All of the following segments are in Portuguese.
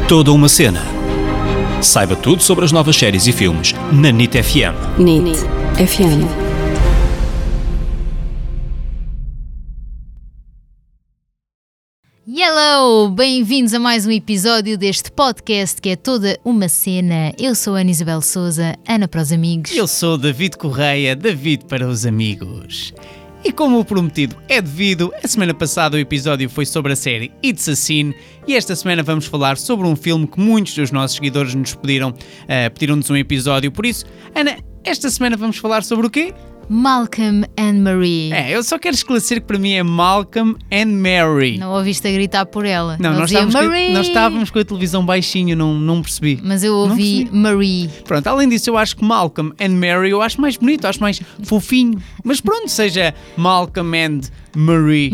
Toda uma cena. Saiba tudo sobre as novas séries e filmes na NIT FM. NIT FM. Hello! Bem-vindos a mais um episódio deste podcast que é Toda uma Cena. Eu sou a Ana Isabel Souza, Ana para os amigos. Eu sou David Correia, David para os amigos. E como o prometido é devido, a semana passada o episódio foi sobre a série It's a Sin e esta semana vamos falar sobre um filme que muitos dos nossos seguidores nos pediram-nos um episódio. Por isso, Ana, esta semana vamos falar sobre o quê? Malcolm and Marie. Eu só quero esclarecer que para mim é Malcolm and Mary. Não ouviste a gritar por ela? Não, nós estávamos com a televisão baixinho, não percebi. Mas eu ouvi Marie. Pronto, além disso eu acho que Malcolm and Mary eu acho mais bonito, acho mais fofinho. Mas pronto, seja Malcolm and Marie.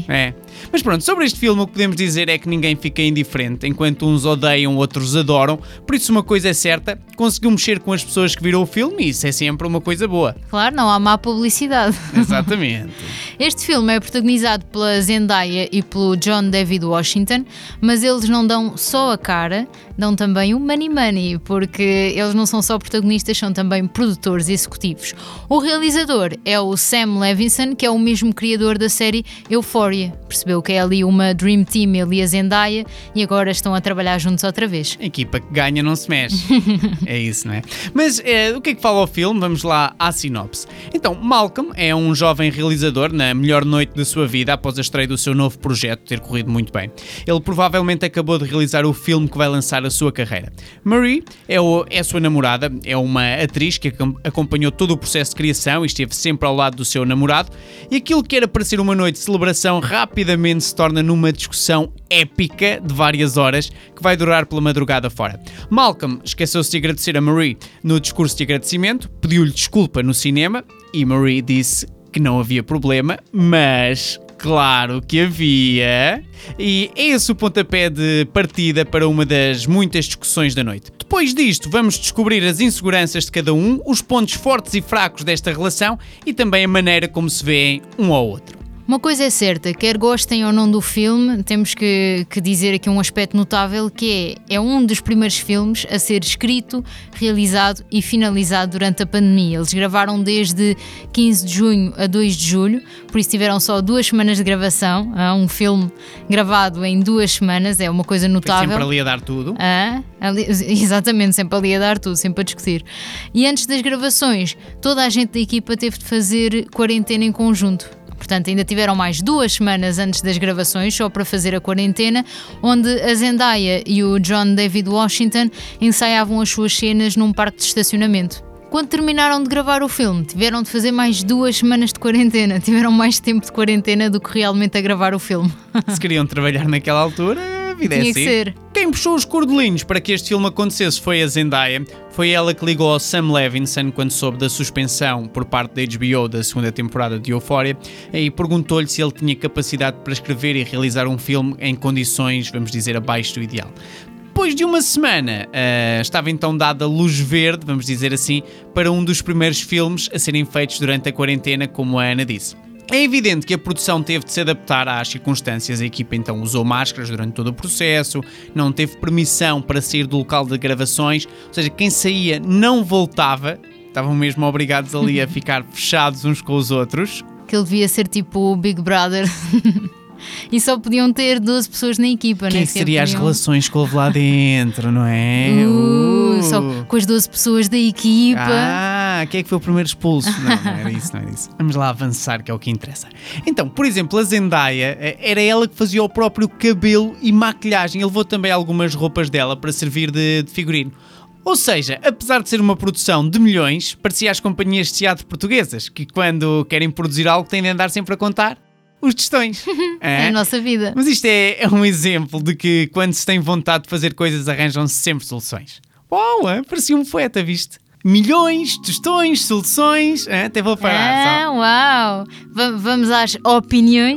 Mas pronto, sobre este filme o que podemos dizer é que ninguém fica indiferente. Enquanto uns odeiam, outros adoram. Por isso uma coisa é certa, conseguiu mexer com as pessoas que viram o filme e isso é sempre uma coisa boa. Claro, não há má publicidade. Exatamente. Este filme é protagonizado pela Zendaya e pelo John David Washington, mas eles não dão só a cara, dão também o money, porque eles não são só protagonistas, são também produtores executivos. O realizador é o Sam Levinson, que é o mesmo criador da série Euphoria. Percebeu que é ali uma Dream Team, ele e a Zendaya, e agora estão a trabalhar juntos outra vez. A equipa que ganha não se mexe. É isso, não é? Mas o que é que fala o filme? Vamos lá à sinopse. Então, Malcolm é um jovem realizador na melhor noite da sua vida após a estreia do seu novo projeto ter corrido muito bem. Ele provavelmente acabou de realizar o filme que vai lançar a sua carreira. Marie é a sua namorada, é uma atriz que acompanhou todo o processo de criação e esteve sempre ao lado do seu namorado, e aquilo que era para ser uma noite de celebração rapidamente se torna numa discussão épica de várias horas que vai durar pela madrugada fora. Malcolm esqueceu-se de agradecer a Marie no discurso de agradecimento, pediu-lhe desculpa no cinema e Marie disse que não havia problema, mas claro que havia. E é esse o pontapé de partida para uma das muitas discussões da noite. Depois disto, vamos descobrir as inseguranças de cada um, os pontos fortes e fracos desta relação e também a maneira como se vêem um ao outro. Uma coisa é certa, quer gostem ou não do filme, temos que dizer aqui um aspecto notável, que é um dos primeiros filmes a ser escrito, realizado e finalizado durante a pandemia. Eles gravaram desde 15 de junho a 2 de julho, por isso tiveram só 2 semanas de gravação. Um filme gravado em 2 semanas, é uma coisa notável. Sempre ali a dar tudo. Exatamente, sempre ali a dar tudo, sempre a discutir. E antes das gravações, toda a gente da equipa teve de fazer quarentena em conjunto. Portanto, ainda tiveram mais 2 semanas antes das gravações, só para fazer a quarentena, onde a Zendaya e o John David Washington ensaiavam as suas cenas num parque de estacionamento. Quando terminaram de gravar o filme, tiveram de fazer mais 2 semanas de quarentena. Tiveram mais tempo de quarentena do que realmente a gravar o filme. Se queriam trabalhar naquela altura, a vida é assim. Tinha que ser. Quem puxou os cordelinhos para que este filme acontecesse foi a Zendaya. Foi ela que ligou ao Sam Levinson quando soube da suspensão por parte da HBO da segunda temporada de Euphoria e perguntou-lhe se ele tinha capacidade para escrever e realizar um filme em condições, vamos dizer, abaixo do ideal. Depois de uma semana, estava então dada luz verde, vamos dizer assim, para um dos primeiros filmes a serem feitos durante a quarentena, como a Ana disse. É evidente que a produção teve de se adaptar às circunstâncias. A equipa então usou máscaras durante todo o processo, não teve permissão para sair do local de gravações, ou seja, quem saía não voltava, estavam mesmo obrigados ali a ficar fechados uns com os outros. Que ele devia ser tipo o Big Brother. E só podiam ter 12 pessoas na equipa, Quem né? seria as relações que houve lá dentro, não é? Só com as 12 pessoas da equipa. Quem é que foi o primeiro expulso? Não era isso. Vamos lá avançar, que é o que interessa. Então, por exemplo, a Zendaya, era ela que fazia o próprio cabelo e maquilhagem. Ele levou também algumas roupas dela para servir de figurino. Ou seja, apesar de ser uma produção de milhões, parecia às companhias de teatro portuguesas, que quando querem produzir algo têm de andar sempre a contar os tostões. É a nossa vida. Mas isto é um exemplo de que quando se tem vontade de fazer coisas arranjam-se sempre soluções. Uau, parecia um poeta, viste? Milhões, tostões, soluções. Até vou parar. Uau! Vamos às opiniões.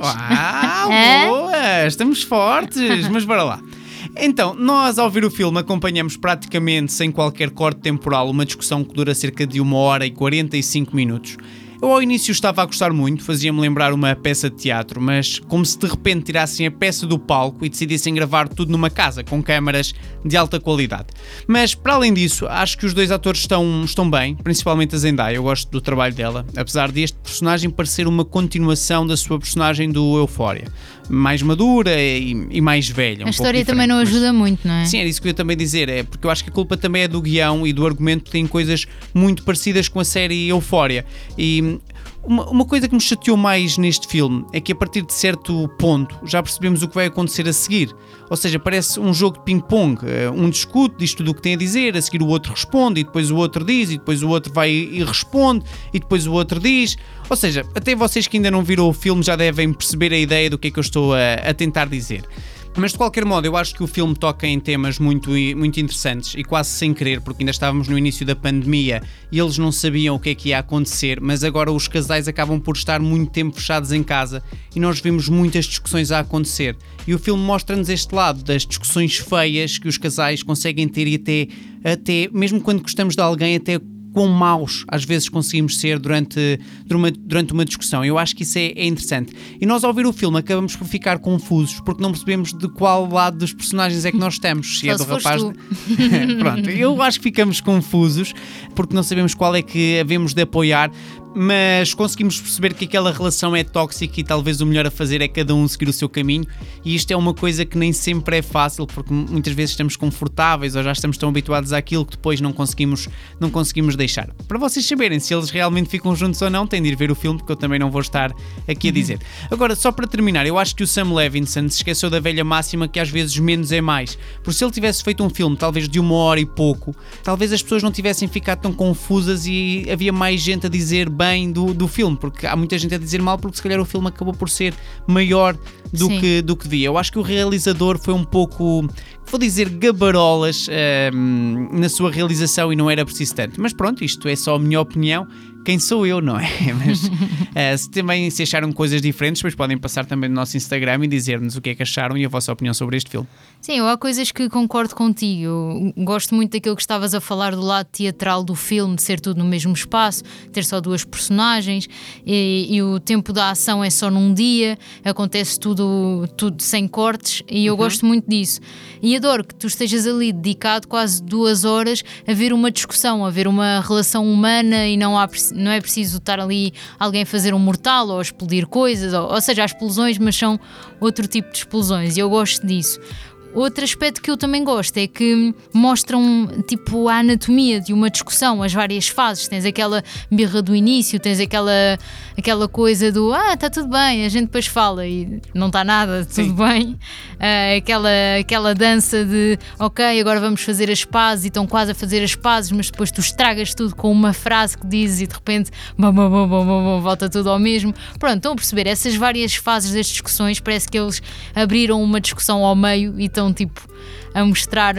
Boa! Estamos fortes, mas bora lá. Então, nós ao ver o filme acompanhamos praticamente sem qualquer corte temporal uma discussão que dura cerca de 1 hora e 45 minutos. Eu ao início estava a gostar muito, fazia-me lembrar uma peça de teatro, mas como se de repente tirassem a peça do palco e decidissem gravar tudo numa casa, com câmaras de alta qualidade. Mas, para além disso, acho que os dois atores estão bem, principalmente a Zendaya, eu gosto do trabalho dela, apesar deste personagem parecer uma continuação da sua personagem do Euphoria. Mais madura e mais velha. A história também não ajuda muito, não é? Sim, era isso que eu ia também dizer, porque eu acho que a culpa também é do guião e do argumento, que tem coisas muito parecidas com a série Euphoria. E uma coisa que me chateou mais neste filme é que a partir de certo ponto já percebemos o que vai acontecer a seguir. Ou seja, parece um jogo de ping-pong. Um discute, diz tudo o que tem a dizer, a seguir o outro responde, e depois o outro diz, e depois o outro vai e responde, e depois o outro diz. Ou seja, até vocês que ainda não viram o filme já devem perceber a ideia do que é que eu estou a tentar dizer. Mas de qualquer modo, eu acho que o filme toca em temas muito, muito interessantes e quase sem querer, porque ainda estávamos no início da pandemia e eles não sabiam o que é que ia acontecer, mas agora os casais acabam por estar muito tempo fechados em casa e nós vemos muitas discussões a acontecer. E o filme mostra-nos este lado das discussões feias que os casais conseguem ter e até mesmo quando gostamos de alguém, até quão maus às vezes conseguimos ser durante uma discussão. Eu acho que isso é interessante. E nós ao ver o filme acabamos por ficar confusos porque não percebemos de qual lado dos personagens é que nós estamos. Se é do rapaz... Pronto, eu acho que ficamos confusos porque não sabemos qual é que havemos de apoiar, mas conseguimos perceber que aquela relação é tóxica e talvez o melhor a fazer é cada um seguir o seu caminho, e isto é uma coisa que nem sempre é fácil porque muitas vezes estamos confortáveis ou já estamos tão habituados àquilo que depois não conseguimos deixar. Para vocês saberem se eles realmente ficam juntos ou não, têm de ir ver o filme, porque eu também não vou estar aqui a dizer. Agora, só para terminar, eu acho que o Sam Levinson se esqueceu da velha máxima que às vezes menos é mais, porque se ele tivesse feito um filme talvez de 1 hora e pouco, talvez as pessoas não tivessem ficado tão confusas e havia mais gente a dizer bem do filme, porque há muita gente a dizer mal porque se calhar o filme acabou por ser maior do que devia. Eu acho que o realizador foi um pouco, vou dizer, gabarolas na sua realização e não era preciso tanto, mas pronto, isto é só a minha opinião. Quem sou eu, não é? Mas se também se acharam coisas diferentes, depois podem passar também no nosso Instagram e dizer-nos o que é que acharam e a vossa opinião sobre este filme. Sim, há coisas que concordo contigo. Eu gosto muito daquilo que estavas a falar do lado teatral do filme, de ser tudo no mesmo espaço, ter só 2 personagens e o tempo da ação é só num dia, acontece tudo sem cortes e eu gosto muito disso. E adoro que tu estejas ali dedicado quase 2 horas a ver uma discussão, a ver uma relação humana e não é preciso estar ali alguém a fazer um mortal ou a explodir coisas, ou seja, há explosões, mas são outro tipo de explosões e eu gosto disso. Outro aspecto que eu também gosto é que mostram tipo a anatomia de uma discussão, as várias fases. Tens aquela birra do início, tens aquela coisa do está tudo bem, a gente depois fala e não está nada, tudo bem. Aquela dança de ok, agora vamos fazer as pazes e estão quase a fazer as pazes, mas depois tu estragas tudo com uma frase que dizes e de repente volta tudo ao mesmo. Pronto, estão a perceber essas várias fases das discussões, parece que eles abriram uma discussão ao meio e estão tipo a mostrar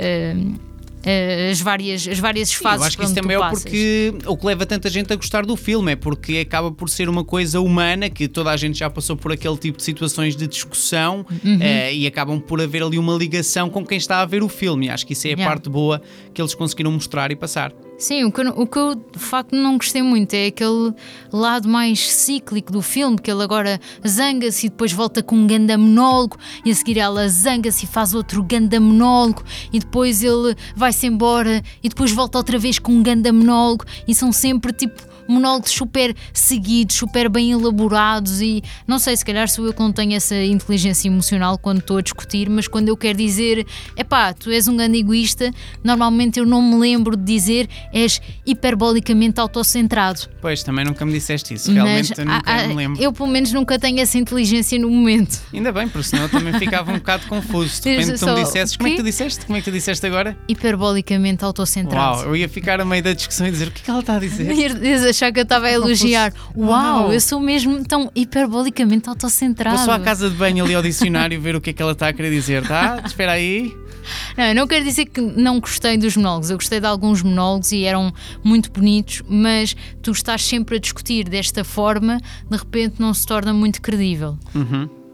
as várias fases. Eu acho que isso também é porque o que leva tanta gente a gostar do filme é porque acaba por ser uma coisa humana, que toda a gente já passou por aquele tipo de situações de discussão e acabam por haver ali uma ligação com quem está a ver o filme, e acho que isso é a parte boa que eles conseguiram mostrar e passar. Sim, o que eu de facto não gostei muito é aquele lado mais cíclico do filme, que ele agora zanga-se e depois volta com um ganda monólogo e a seguir ela zanga-se e faz outro ganda monólogo e depois ele vai-se embora e depois volta outra vez com um ganda monólogo e são sempre tipo monólogos super seguidos, super bem elaborados e não sei, se calhar sou eu que não tenho essa inteligência emocional quando estou a discutir, mas quando eu quero dizer tu és um grande egoísta, normalmente eu não me lembro de dizer és hiperbolicamente autocentrado. Pois, também nunca me disseste isso, realmente eu nunca me lembro. Eu pelo menos nunca tenho essa inteligência no momento. Ainda bem, porque senão eu também ficava um bocado confuso. De repente tu me dissesses, como é que tu disseste? Como é que tu disseste agora? Hiperbolicamente autocentrado. Uau, eu ia ficar a meio da discussão e dizer o que é que ela está a dizer? Ias achar que eu estava a elogiar. Uau, eu sou mesmo tão hiperbolicamente autocentrado. Vou só à casa de banho ali ao dicionário ver o que é que ela está a querer dizer, tá? Espera aí. Não quero dizer que não gostei dos monólogos, eu gostei de alguns monólogos e eram muito bonitos, mas tu estás sempre a discutir desta forma, de repente não se torna muito credível.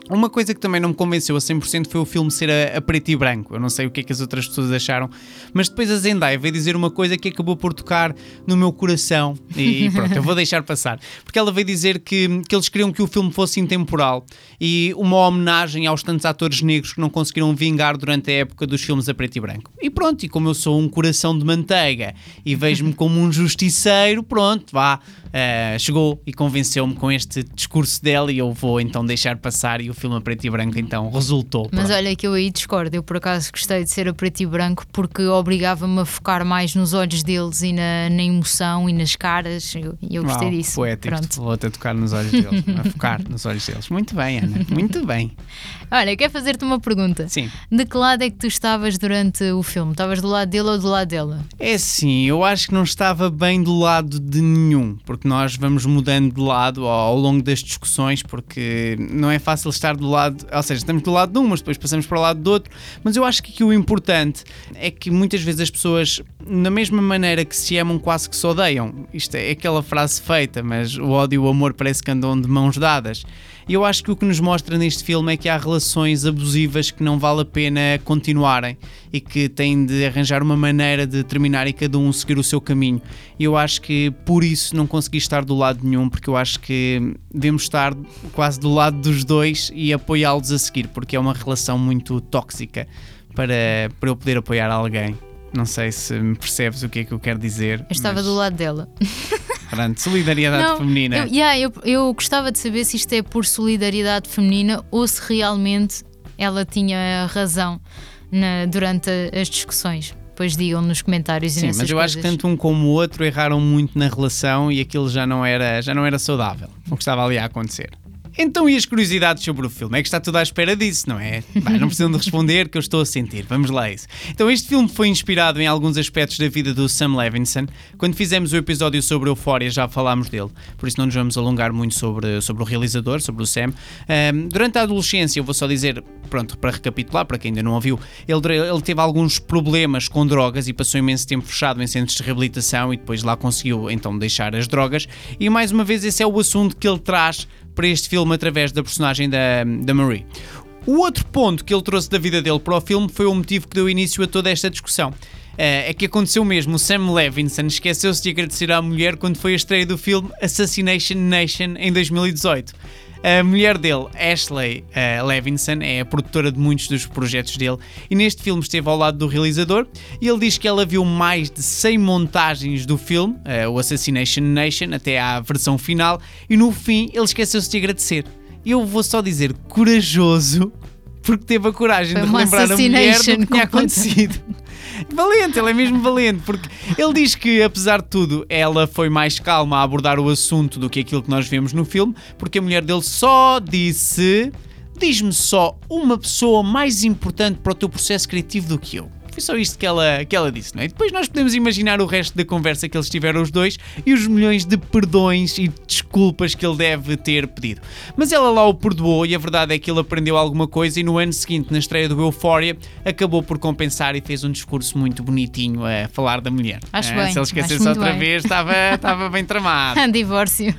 Uma coisa que também não me convenceu a 100% foi o filme ser a preto e branco. Eu não sei o que é que as outras pessoas acharam, mas depois a Zendaya veio dizer uma coisa que acabou por tocar no meu coração e pronto, eu vou deixar passar. Porque ela veio dizer que eles queriam que o filme fosse intemporal e uma homenagem aos tantos atores negros que não conseguiram vingar durante a época dos filmes a preto e branco. E pronto, e como eu sou um coração de manteiga e vejo-me como um justiceiro, pronto, vá, chegou e convenceu-me com este discurso dela e eu vou então deixar passar e o filme a preto e branco então resultou. Mas pronto. olha que eu aí discordo, eu por acaso gostei de ser a preto e branco porque obrigava-me a focar mais nos olhos deles e na emoção e nas caras e eu gostei disso. Poético, Pronto. vou-te a tocar nos olhos deles, a focar nos olhos deles. Muito bem, Ana, muito bem. Olha, quero fazer-te uma pergunta. Sim. De que lado é que tu estavas durante o filme? Estavas do lado dele ou do lado dela? É assim, eu acho que não estava bem do lado de nenhum, porque nós vamos mudando de lado ao longo das discussões, porque não é fácil estar do lado, ou seja, estamos do lado de um, mas depois passamos para o lado do outro, mas eu acho que aqui o importante é que muitas vezes as pessoas, na mesma maneira que se amam, quase que se odeiam. Isto é aquela frase feita, mas o ódio e o amor parece que andam de mãos dadas. E eu acho que o que nos mostra neste filme é que há relações abusivas que não vale a pena continuarem e que têm de arranjar uma maneira de terminar e cada um seguir o seu caminho. E eu acho que por isso não consegui estar do lado nenhum, porque eu acho que devemos estar quase do lado dos dois e apoiá-los a seguir, porque é uma relação muito tóxica para eu poder apoiar alguém. Não sei se me percebes o que é que eu quero dizer. Eu estava do lado dela. Pronto, solidariedade feminina. Eu gostava de saber se isto é por solidariedade feminina ou se realmente ela tinha razão durante as discussões. Depois digam nos comentários. Sim, mas eu acho que tanto um como o outro erraram muito na relação e aquilo já não era saudável, o que estava ali a acontecer. Então, e as curiosidades sobre o filme? É que está tudo à espera disso, não é? Não precisam de responder, que eu estou a sentir. Vamos lá a isso. Então, este filme foi inspirado em alguns aspectos da vida do Sam Levinson. Quando fizemos o episódio sobre Euphoria, já falámos dele. Por isso não nos vamos alongar muito sobre o realizador, sobre o Sam. Durante a adolescência, eu vou só dizer, pronto, para recapitular, para quem ainda não ouviu, ele teve alguns problemas com drogas e passou imenso tempo fechado em centros de reabilitação e depois lá conseguiu, então, deixar as drogas. E, mais uma vez, esse é o assunto que ele traz para este filme através da personagem da Marie. O outro ponto que ele trouxe da vida dele para o filme foi o motivo que deu início a toda esta discussão. É que aconteceu mesmo, o Sam Levinson esqueceu-se de agradecer à mulher quando foi a estreia do filme Assassination Nation em 2018. A mulher dele, Ashley Levinson, é a produtora de muitos dos projetos dele e neste filme esteve ao lado do realizador e ele diz que ela viu mais de 100 montagens do filme, o Assassination Nation, até à versão final e no fim ele esqueceu-se de agradecer. Eu vou só dizer corajoso porque teve a coragem de relembrar a mulher do que tinha acontecido. Valente, ele é mesmo valente, porque ele diz que, apesar de tudo, ela foi mais calma a abordar o assunto do que aquilo que nós vemos no filme, porque a mulher dele só disse: diz-me só uma pessoa mais importante para o teu processo criativo do que eu. Foi só isto que ela disse, não é? Depois nós podemos imaginar o resto da conversa que eles tiveram os dois e os milhões de perdões e desculpas que ele deve ter pedido. Mas ela lá o perdoou e a verdade é que ele aprendeu alguma coisa e no ano seguinte, na estreia do Euphoria, acabou por compensar e fez um discurso muito bonitinho a falar da mulher. Acho bem. Se ele esquecesse outra vez, estava bem tramado. Divórcio.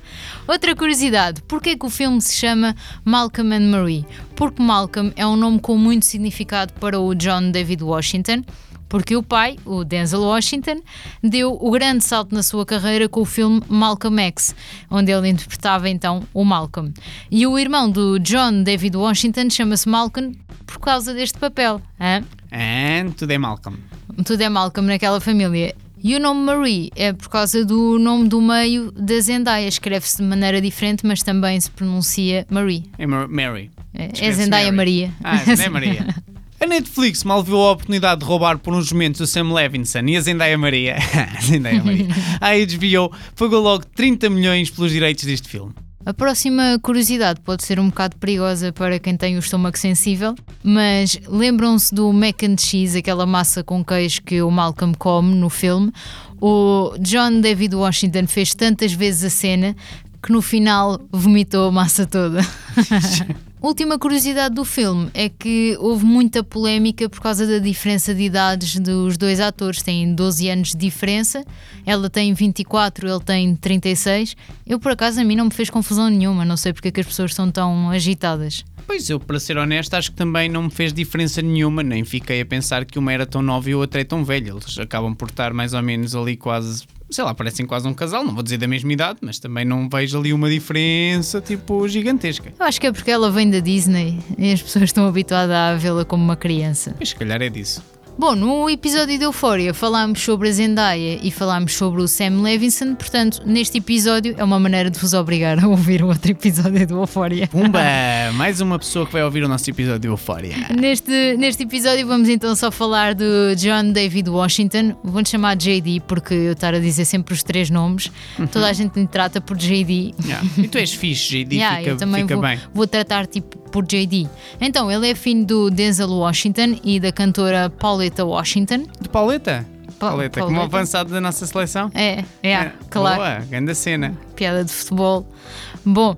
Outra curiosidade, porquê que o filme se chama Malcolm and Marie? Porque Malcolm é um nome com muito significado para o John David Washington, porque o pai, o Denzel Washington, deu o grande salto na sua carreira com o filme Malcolm X, onde ele interpretava então o Malcolm. E o irmão do John David Washington chama-se Malcolm por causa deste papel. Tudo é Malcolm. Tudo é Malcolm naquela família. E o nome Marie é por causa do nome do meio da Zendaya. Escreve-se de maneira diferente, mas também se pronuncia Marie. É Mary. É Zendaya Maria. Zendaya Maria. A Netflix mal viu a oportunidade de roubar por uns momentos o Sam Levinson e a Zendaya Maria. Zendaya Maria. A HBO pagou logo 30 milhões pelos direitos deste filme. A próxima curiosidade pode ser um bocado perigosa para quem tem o estômago sensível, mas lembram-se do mac and cheese, aquela massa com queijo que o Malcolm come no filme? O John David Washington fez tantas vezes a cena que no final vomitou a massa toda. Última curiosidade do filme é que houve muita polémica por causa da diferença de idades dos dois atores. Têm 12 anos de diferença, ela tem 24, ele tem 36. Eu, por acaso, a mim não me fez confusão nenhuma, não sei porque é que as pessoas estão tão agitadas. Pois eu, para ser honesto, acho que também não me fez diferença nenhuma, nem fiquei a pensar que uma era tão nova e a outra é tão velha. Eles acabam por estar mais ou menos ali quase, sei lá, parecem quase um casal, não vou dizer da mesma idade, mas também não vejo ali uma diferença, tipo, gigantesca. Eu acho que é porque ela vem da Disney e as pessoas estão habituadas a vê-la como uma criança. Mas se calhar é disso. Bom, no episódio de Euphoria falámos sobre a Zendaya e falámos sobre o Sam Levinson, portanto, neste episódio é uma maneira de vos obrigar a ouvir o outro episódio de Euphoria. Pumba! Mais uma pessoa que vai ouvir o nosso episódio de Euphoria. Neste episódio vamos então só falar do John David Washington. Vou-lhe chamar JD porque eu estar a dizer sempre os 3 nomes. Toda a gente me trata por JD. Yeah. E tu és fixe, JD, eu também fica bem. Vou tratar tipo por JD. Então, ele é filho do Denzel Washington e da cantora Pauletta Washington. De Pauletta? Pauletta, como avançado da nossa seleção? Claro. Boa, grande cena. Piada de futebol. Bom,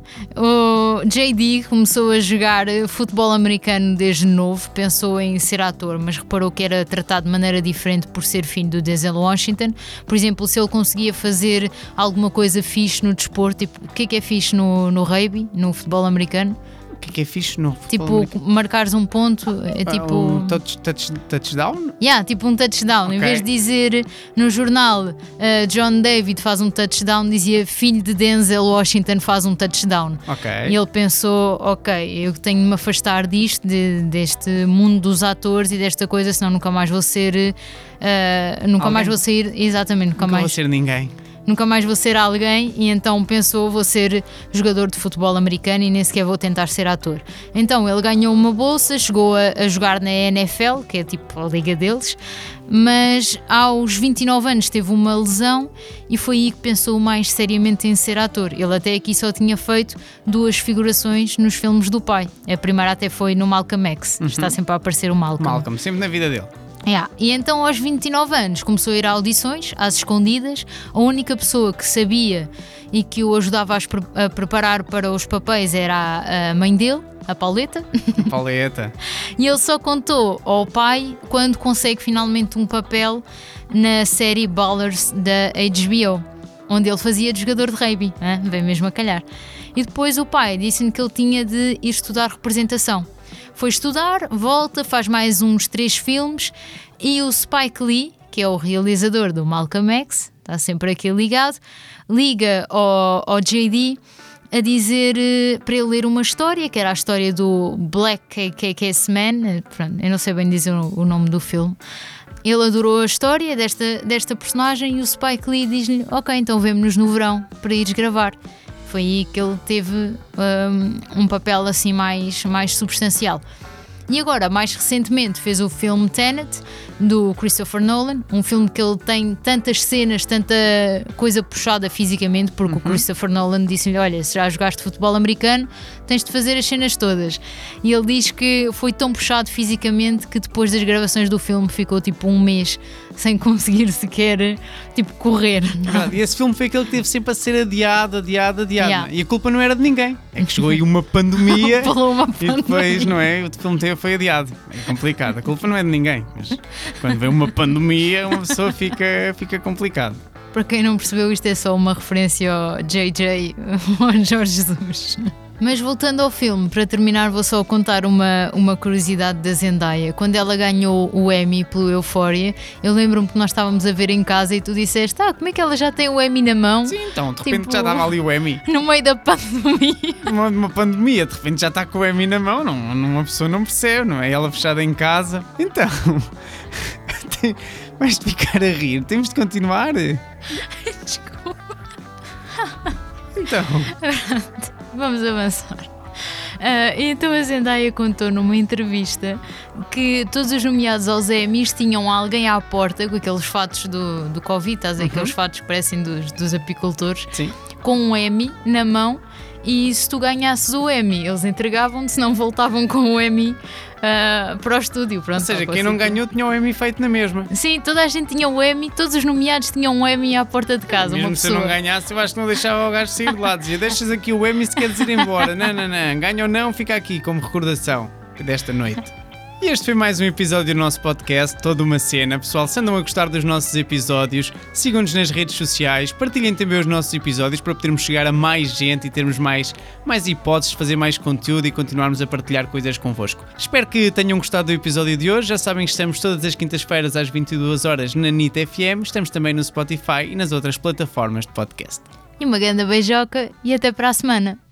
o JD começou a jogar futebol americano desde novo, pensou em ser ator, mas reparou que era tratado de maneira diferente por ser filho do Denzel Washington. Por exemplo, se ele conseguia fazer alguma coisa fixe no desporto, tipo, o que é fixe no rugby, no futebol americano? O que é fixe no futebol? Tipo, marcares um ponto, é tipo... Um touchdown? Tipo um touchdown. Okay. Em vez de dizer no jornal John David faz um touchdown, dizia filho de Denzel Washington faz um touchdown. E ele pensou, eu tenho de me afastar deste mundo dos atores e desta coisa, senão nunca mais vou ser... nunca mais vou sair... Exatamente, nunca mais vou ser ninguém. Nunca mais vou ser alguém, e então pensou, vou ser jogador de futebol americano e nem sequer vou tentar ser ator. Então ele ganhou uma bolsa, chegou a jogar na NFL, que é tipo a liga deles, mas aos 29 anos teve uma lesão e foi aí que pensou mais seriamente em ser ator. Ele até aqui só tinha feito 2 figurações nos filmes do pai. A primeira até foi no Malcolm X, está sempre a aparecer o Malcolm. Malcolm, sempre na vida dele. E então aos 29 anos começou a ir a audições, às escondidas. A única pessoa que sabia e que o ajudava a preparar para os papéis era a mãe dele, a Pauletta. E ele só contou ao pai quando consegue finalmente um papel na série Ballers da HBO, onde ele fazia de jogador de rugby, bem mesmo a calhar. E depois o pai disse-lhe que ele tinha de ir estudar representação. Foi estudar, volta, faz mais uns 3 filmes e o Spike Lee, que é o realizador do Malcolm X, está sempre aqui ligado, liga ao JD a dizer para ele ler uma história, que era a história do Black Kick-Ass Man, eu não sei bem dizer o nome do filme. Ele adorou a história desta personagem e o Spike Lee diz-lhe, então vemo-nos no verão para ires gravar. Foi aí que ele teve um papel assim mais substancial. E agora, mais recentemente, fez o filme Tenet, do Christopher Nolan, um filme que ele tem tantas cenas, tanta coisa puxada fisicamente, porque o Christopher Nolan disse-lhe, olha, se já jogaste futebol americano, tens de fazer as cenas todas. E ele diz que foi tão puxado fisicamente que depois das gravações do filme ficou tipo 1 mês sem conseguir sequer correr. E esse filme foi aquele que teve sempre a ser adiado. E a culpa não era de ninguém. É que chegou aí uma pandemia e depois, não é? O filme foi adiado. É complicado. A culpa não é de ninguém. Mas quando vem uma pandemia, uma pessoa fica complicado. Para quem não percebeu, isto é só uma referência ao JJ, ao Jorge Jesus. Mas voltando ao filme, para terminar vou só contar uma curiosidade da Zendaya. Quando ela ganhou o Emmy pelo Euphoria, eu lembro-me que nós estávamos a ver em casa e tu disseste, como é que ela já tem o Emmy na mão? Sim, então, de repente já estava ali o Emmy. No meio da pandemia. Uma pandemia, de repente já está com o Emmy na mão, uma pessoa não percebe, não é? Ela fechada em casa. Então, vais-te ficar a rir, temos de continuar. Desculpa. Então... Vamos avançar. Então a Zendaya contou numa entrevista que todos os nomeados aos Emmys tinham alguém à porta com aqueles fatos do Covid, estás a dizer, aqueles fatos que parecem dos apicultores. Sim. Com um Emmy na mão, e se tu ganhasses o Emmy eles entregavam-te, se não voltavam com o Emmy para o estúdio. Pronto, Ou seja, quem não ganhou tinha o Emmy feito na mesma. Sim, toda a gente tinha o Emmy, todos os nomeados tinham um Emmy à porta de casa. Mesmo uma se eu pessoa. não ganhasse, eu acho que não deixava o gajo sair de lá. Dizia, deixas aqui o Emmy se queres ir embora. Não, ganha ou não, fica aqui como recordação desta noite. E este foi mais um episódio do nosso podcast, Toda uma Cena. Pessoal, se andam a gostar dos nossos episódios, sigam-nos nas redes sociais, partilhem também os nossos episódios para podermos chegar a mais gente e termos mais hipóteses de fazer mais conteúdo e continuarmos a partilhar coisas convosco. Espero que tenham gostado do episódio de hoje. Já sabem que estamos todas as quintas-feiras às 22 horas na NIT FM, estamos também no Spotify e nas outras plataformas de podcast. E uma grande beijoca e até para a semana.